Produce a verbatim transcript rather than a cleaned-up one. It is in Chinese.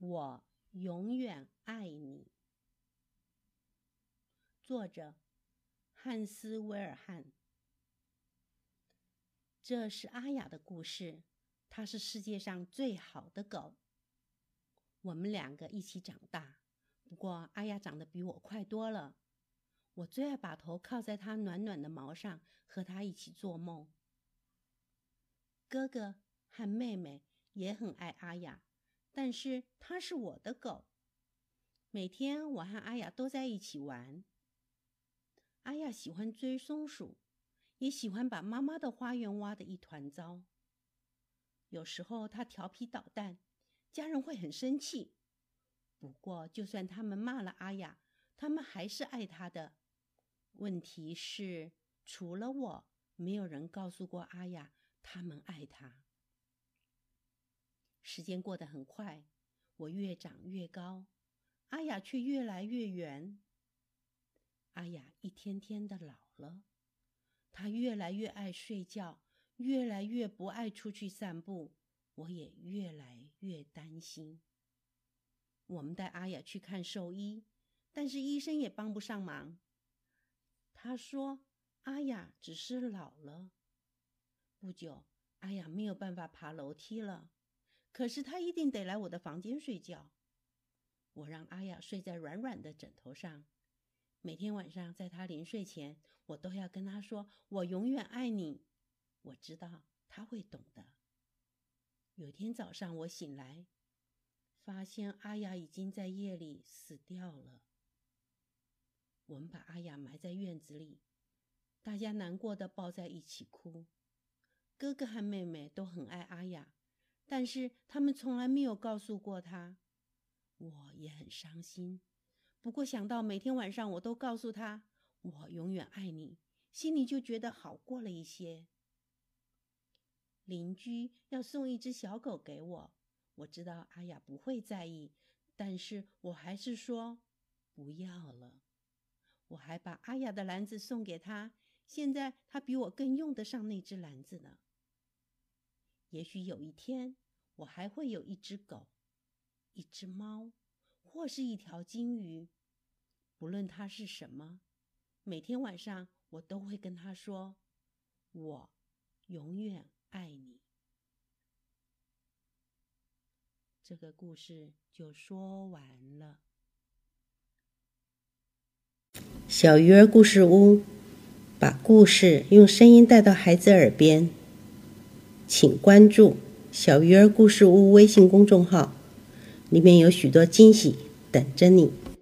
我永远爱你。作者汉斯·威尔汉。这是阿雅的故事，她是世界上最好的狗。我们两个一起长大，不过阿雅长得比我快多了。我最爱把头靠在她暖暖的毛上，和她一起做梦。哥哥和妹妹也很爱阿雅，但是她是我的狗。每天我和阿雅都在一起玩。阿雅喜欢追松鼠，也喜欢把妈妈的花园挖得一团糟。有时候她调皮捣蛋，家人会很生气。不过就算他们骂了阿雅，他们还是爱她的。问题是，除了我，没有人告诉过阿雅他们爱她。时间过得很快，我越长越高，阿雅却越来越圆。阿雅一天天的老了，她越来越爱睡觉，越来越不爱出去散步，我也越来越担心。我们带阿雅去看兽医，但是医生也帮不上忙。他说阿雅只是老了。不久，阿雅没有办法爬楼梯了，可是她一定得来我的房间睡觉。我让阿雅睡在软软的枕头上，每天晚上在她临睡前，我都要跟她说我永远爱你。我知道她会懂的。有天早上我醒来，发现阿雅已经在夜里死掉了。我们把阿雅埋在院子里，大家难过的抱在一起哭。哥哥和妹妹都很爱阿雅，但是他们从来没有告诉过她。我也很伤心，不过想到每天晚上我都告诉她我永远爱你，心里就觉得好过了一些。邻居要送一只小狗给我，我知道阿雅不会在意，但是我还是说不要了。我还把阿雅的篮子送给她，现在她比我更用得上那只篮子呢。也许有一天，我还会有一只狗，一只猫，或是一条金鱼。不论它是什么，每天晚上我都会跟它说，我永远爱你。这个故事就说完了。小鱼儿故事屋，把故事用声音带到孩子耳边。请关注小鱼儿故事屋微信公众号，里面有许多惊喜等着你。